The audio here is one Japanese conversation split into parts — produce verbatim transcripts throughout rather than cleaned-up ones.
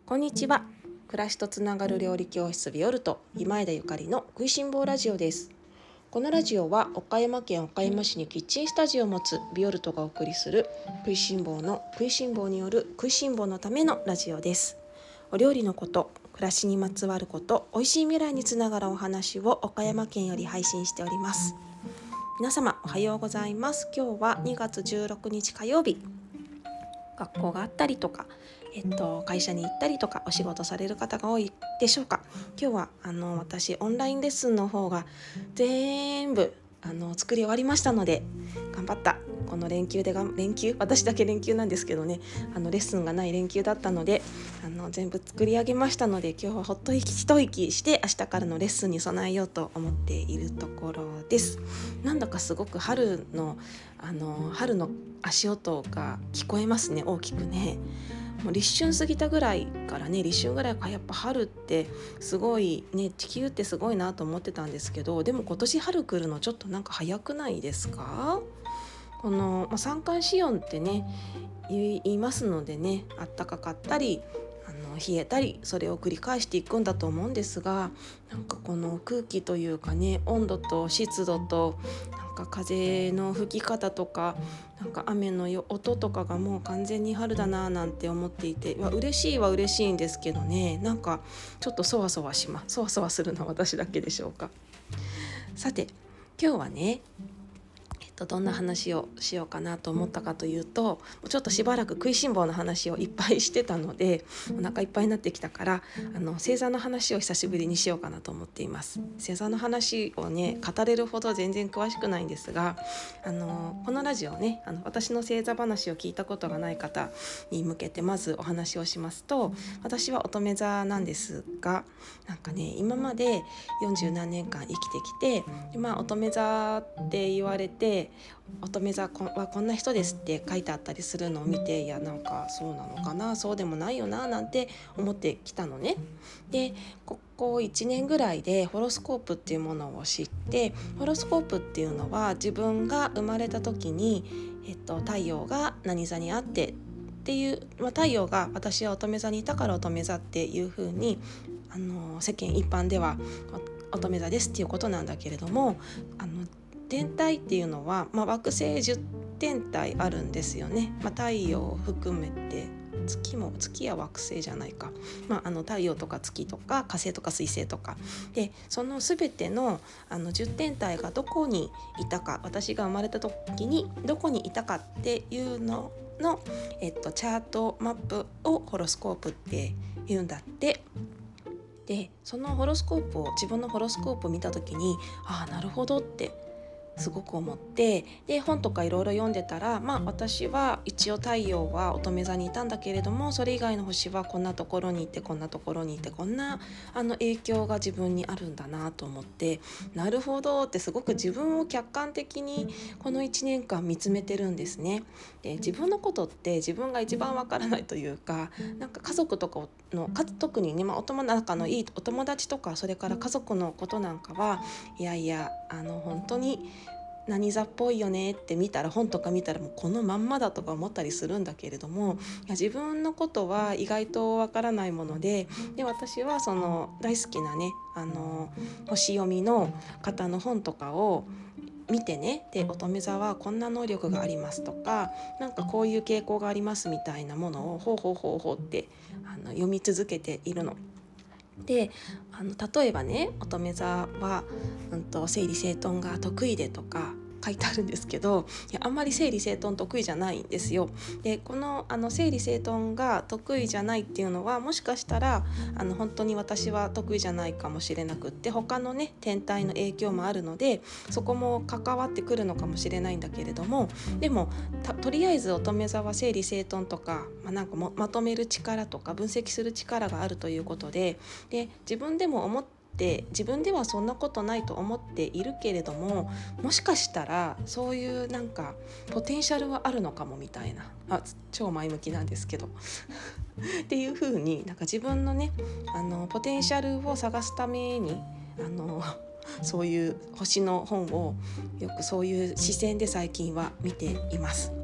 こんにちは。暮らしとつながる料理教室ビオルト今枝ゆかりの食いしん坊ラジオです。このラジオは岡山県岡山市にキッチンスタジオを持つビオルトがお送りする食いしん坊の食いしん坊による食いしん坊のためのラジオです。お料理のこと、暮らしにまつわること、美味しい未来につながるお話を岡山県より配信しております。皆様おはようございます。今日はにがつじゅうろくにち火曜日。学校があったりとか、えっと、会社に行ったりとかお仕事される方が多いでしょうか。今日はあの私オンラインレッスンの方が全部あの作り終わりましたので、頑張った。この連休でが連休私だけ連休なんですけどね、あのレッスンがない連休だったのであの全部作り上げましたので、今日はほっと一息して明日からのレッスンに備えようと思っているところです。なんだかすごく春のあの春の足音が聞こえますね。大きくね。もう立春過ぎたぐらいからね立春ぐらいからやっぱ春ってすごいね、地球ってすごいなと思ってたんですけど、でも今年春来るのちょっとなんか早くないですか？この、まあ、三寒四温ってね言いますのでね、あったかかったりあの冷えたり、それを繰り返していくんだと思うんですが、なんかこの空気というかね、温度と湿度となんか風の吹き方とか、なんか雨の音とかがもう完全に春だななんて思っていて、まあ、嬉しいは嬉しいんですけどね、なんかちょっとそわそわしまそわそわするのは私だけでしょうか。さて今日はね、どんな話をしようかなと思ったかというと、ちょっとしばらく食いしん坊の話をいっぱいしてたのでお腹いっぱいになってきたから、あの星座の話を久しぶりにしようかなと思っています。星座の話をね語れるほど全然詳しくないんですが、あのこのラジオね、あの私の星座話を聞いたことがない方に向けてまずお話をしますと、私は乙女座なんですが、なんかね今までよんじゅうなんねんかん生きてきて、で、まあ、乙女座って言われて乙女座はこんな人ですって書いてあったりするのを見て、いやなんかそうなのかな、そうでもないよななんて思ってきたのね。でここいちねんぐらいでホロスコープっていうものを知って、ホロスコープっていうのは自分が生まれた時に、えっと、太陽が何座にあってっていう、まあ、太陽が私は乙女座にいたから乙女座っていう風にあの世間一般では乙女座ですっていうことなんだけれども、あの天体っていうのは、まあ、惑星じゅってんたいあるんですよね。まあ、太陽を含めて月も月や惑星じゃないか、まあ、あの太陽とか月とか火星とか水星とかで、その全ての、あのじゅってんたいがどこにいたか、私が生まれた時にどこにいたかっていうのの、えっと、チャートマップをホロスコープって言うんだって。でそのホロスコープを自分のホロスコープを見た時に、ああなるほどってすごく思って、で本とかいろいろ読んでたら、まあ私は一応太陽は乙女座にいたんだけれども、それ以外の星はこんなところにいてこんなところにいてこんなあの影響が自分にあるんだなと思って、なるほどってすごく自分を客観的にこのいちねんかん見つめてるんですね。で自分のことって自分が一番わからないというか、なんか家族とかの特にね、まあ、お友仲のいいお友達とかそれから家族のことなんかは、いやいやあの本当に何座っぽいよねって見たら、本とか見たらもうこのまんまだとか思ったりするんだけれども、いや自分のことは意外とわからないもので、で私はその大好きなねあの星読みの方の本とかを見てね、で乙女座はこんな能力がありますとか、なんかこういう傾向がありますみたいなものをほうほうほうほうってあの読み続けているの。であの例えばね、乙女座は、うん、と整理整頓が得意でとか書いてあるんですけど、いやあんまり整理整頓得意じゃないんですよ。でこの、あの整理整頓が得意じゃないっていうのは、もしかしたらあの本当に私は得意じゃないかもしれなくって、他のね天体の影響もあるのでそこも関わってくるのかもしれないんだけれども、でも と, とりあえず乙女座は整理整頓とか、まあ、なんかもまとめる力とか分析する力があるということで、で自分でも思ってで自分ではそんなことないと思っているけれども、もしかしたらそういうなんかポテンシャルはあるのかもみたいな、あ超前向きなんですけどっていう風に、なんか自分のねあのポテンシャルを探すためにあのそういう星の本をよくそういう視線で最近は見ています。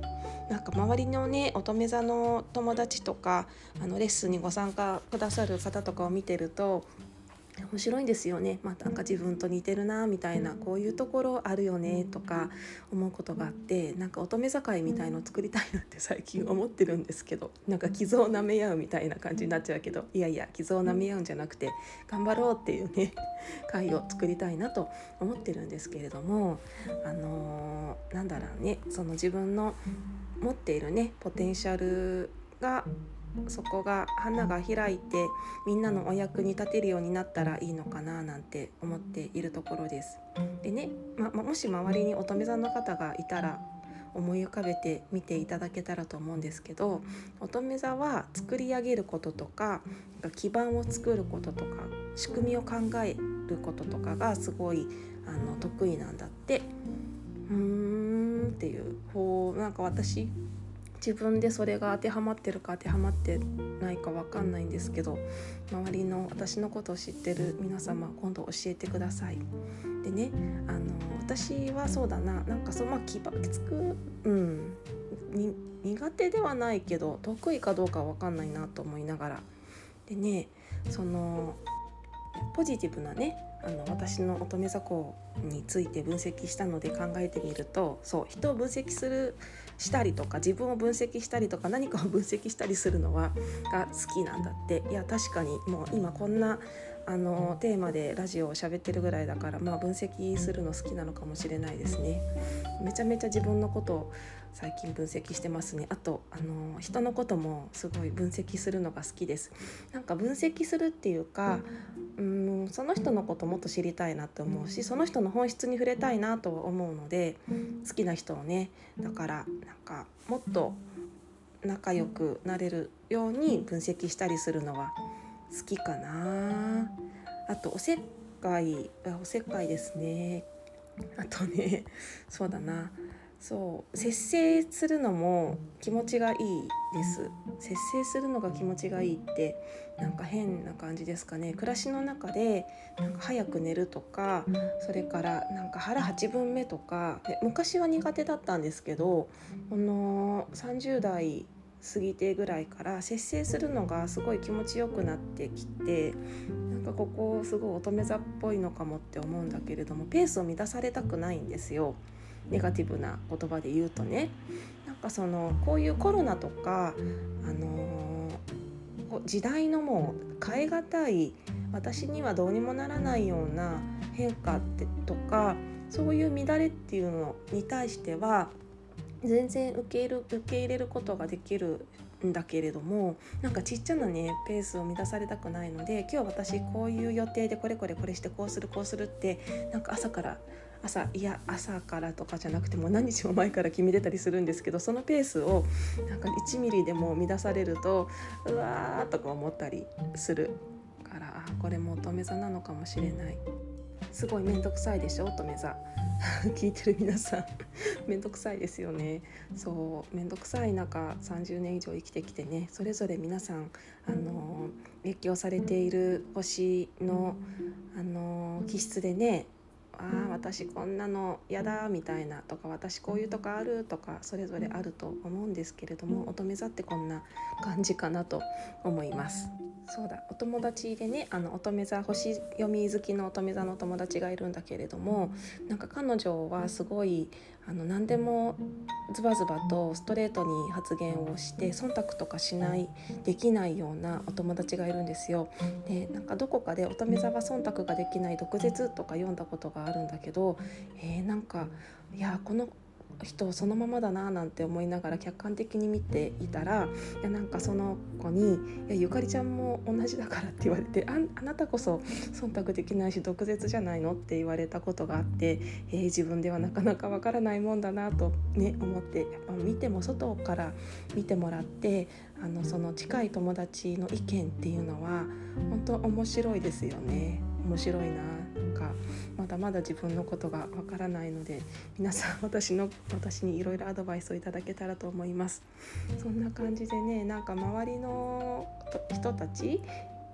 なんか周りのね乙女座の友達とかあのレッスンにご参加くださる方とかを見てると面白いんですよね。まあ、なんか自分と似てるなみたいな、こういうところあるよねとか思うことがあって、なんか乙女座会みたいのを作りたいなって最近思ってるんですけど、なんか傷を舐め合うみたいな感じになっちゃうけど、いやいや傷を舐め合うんじゃなくて頑張ろうっていうね会を作りたいなと思ってるんですけれども、あのー、なんだろうね、その自分の持っているねポテンシャルがそこが花が開いてみんなのお役に立てるようになったらいいのかななんて思っているところです。でね、ま、もし周りに乙女座の方がいたら思い浮かべてみていただけたらと思うんですけど、乙女座は作り上げることとか基盤を作ることとか仕組みを考えることとかがすごいあの得意なんだって。うーんっていう、こうなんか私自分でそれが当てはまってるか当てはまってないか分かんないんですけど、周りの私のことを知ってる皆様今度教えてください。でね、あの私はそうだな、なんかそのまあ気ばつく、うん、に苦手ではないけど得意かどうかは分かんないなと思いながら、でね、そのポジティブなねあの私の乙女座校について分析したので考えてみると、そう人を分析するしたりとか自分を分析したりとか何かを分析したりするのはが好きなんだって。いや確かにもう今こんなあのテーマでラジオを喋ってるぐらいだから、まあ分析するの好きなのかもしれないですね。めちゃめちゃ自分のことを最近分析してますね。あとあの人のこともすごい分析するのが好きです。なんか分析するっていうか、うーんその人のこともっと知りたいなって思うし、その人の本質に触れたいなと思うので、好きな人をね、だからなんかもっと仲良くなれるように分析したりするのは好きかな。あとおせっかいおせっかいですね。あとね、そうだな、そう節制するのも気持ちがいいです。節制するのが気持ちがいいってなんか変な感じですかね。暮らしの中でなんか早く寝るとか、それからなんか腹はちぶんめとかで、昔は苦手だったんですけど、このさんじゅう代過ぎてぐらいから節制するのがすごい気持ちよくなってきて、なんかここすごい乙女座っぽいのかもって思うんだけれども、ペースを乱されたくないんですよ。ネガティブな言葉で言うとね、なんかそのこういうコロナとか、あのー、時代のもう変え難い、私にはどうにもならないような変化ってとか、そういう乱れっていうのに対しては全然受け入れる、受け入れることができるんだけれども、なんかちっちゃなねペースを乱されたくないので、今日私こういう予定でこれこれこれしてこうするこうするってなんか朝から朝いや朝からとかじゃなくても何日も前から決めてたりするんですけど、そのペースをなんかいちミリでも乱されるとうわーとか思ったりするから、あこれも乙女座なのかもしれない。すごいめんどくさいでしょ乙女座聞いてる皆さんめんどくさいですよね。そうめんどくさい中さんじゅうねん以上生きてきてね、それぞれ皆さんあの影響されている星のあの気質でね、あー私こんなのやだみたいなとか、私こういうとこあるとかそれぞれあると思うんですけれども、乙女座ってこんな感じかなと思います。そうだ、お友達でね、あの乙女座星読み好きの乙女座のお友達がいるんだけれども、なんか彼女はすごいあの何でもズバズバとストレートに発言をして忖度とかしないできないようなお友達がいるんですよ。でなんかどこかで乙女座は忖度ができない毒舌とか読んだことがあるんだけど、えー、なんかいやこの人そのままだななんて思いながら客観的に見ていたら、いやなんかその子にいやゆかりちゃんも同じだからって言われて、 あ, あなたこそ忖度できないし毒舌じゃないのって言われたことがあって、えー、自分ではなかなかわからないもんだなと、ね、思って、やっぱ見ても外から見てもらってあのその近い友達の意見っていうのは本当面白いですよね。面白いな。なんかまだまだ自分のことがわからないので、皆さん私の私にいろいろアドバイスをいただけたらと思います。そんな感じでね、なんか周りの人たち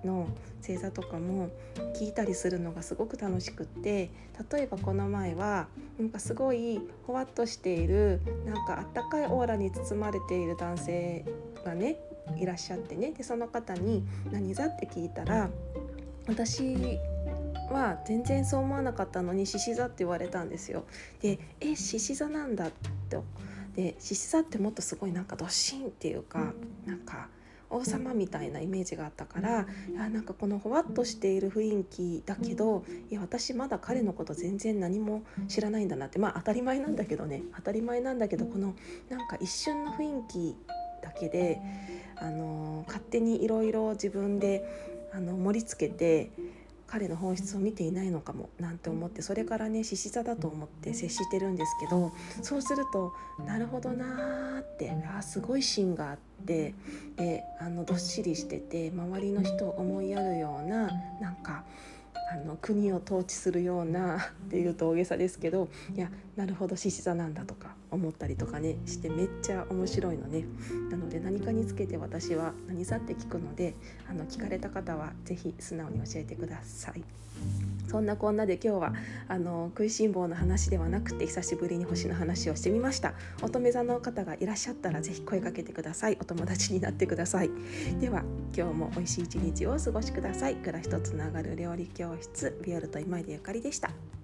の星座とかも聞いたりするのがすごく楽しくって、例えばこの前はなんかすごいほわっとしている、なんかあったかいオーラに包まれている男性がねいらっしゃってね、でその方に何座って聞いたら、私は全然そう思わなかったのに獅子座って言われたんですよ。で、え獅子座なんだって。で獅子座ってもっとすごいなんかドシンっていうか、なんか王様みたいなイメージがあったから、いやなんかこのほわっとしている雰囲気だけど、いや私まだ彼のこと全然何も知らないんだなって、まあ当たり前なんだけどね当たり前なんだけどこのなんか一瞬の雰囲気だけで、あのー、勝手にいろいろ自分であの盛り付けて彼の本質を見ていないのかもなんて思って、それからね獅子座だと思って接してるんですけど、そうするとなるほどなーって、あすごい芯があって、であのどっしりしてて周りの人を思いやるような、なんかあの国を統治するようなっていうと大げさですけど、いやなるほど獅子座なんだとか思ったりとかねして、めっちゃ面白いのね。なので何かにつけて私は何座って聞くので、あの聞かれた方はぜひ素直に教えてください。そんなこんなで今日はあの食いしん坊の話ではなくて久しぶりに星の話をしてみました。乙女座の方がいらっしゃったらぜひ声かけてください。お友達になってください。では今日も美味しい一日をお過ごしください。暮らしとつながる料理教室ビオルと今井でゆかりでした。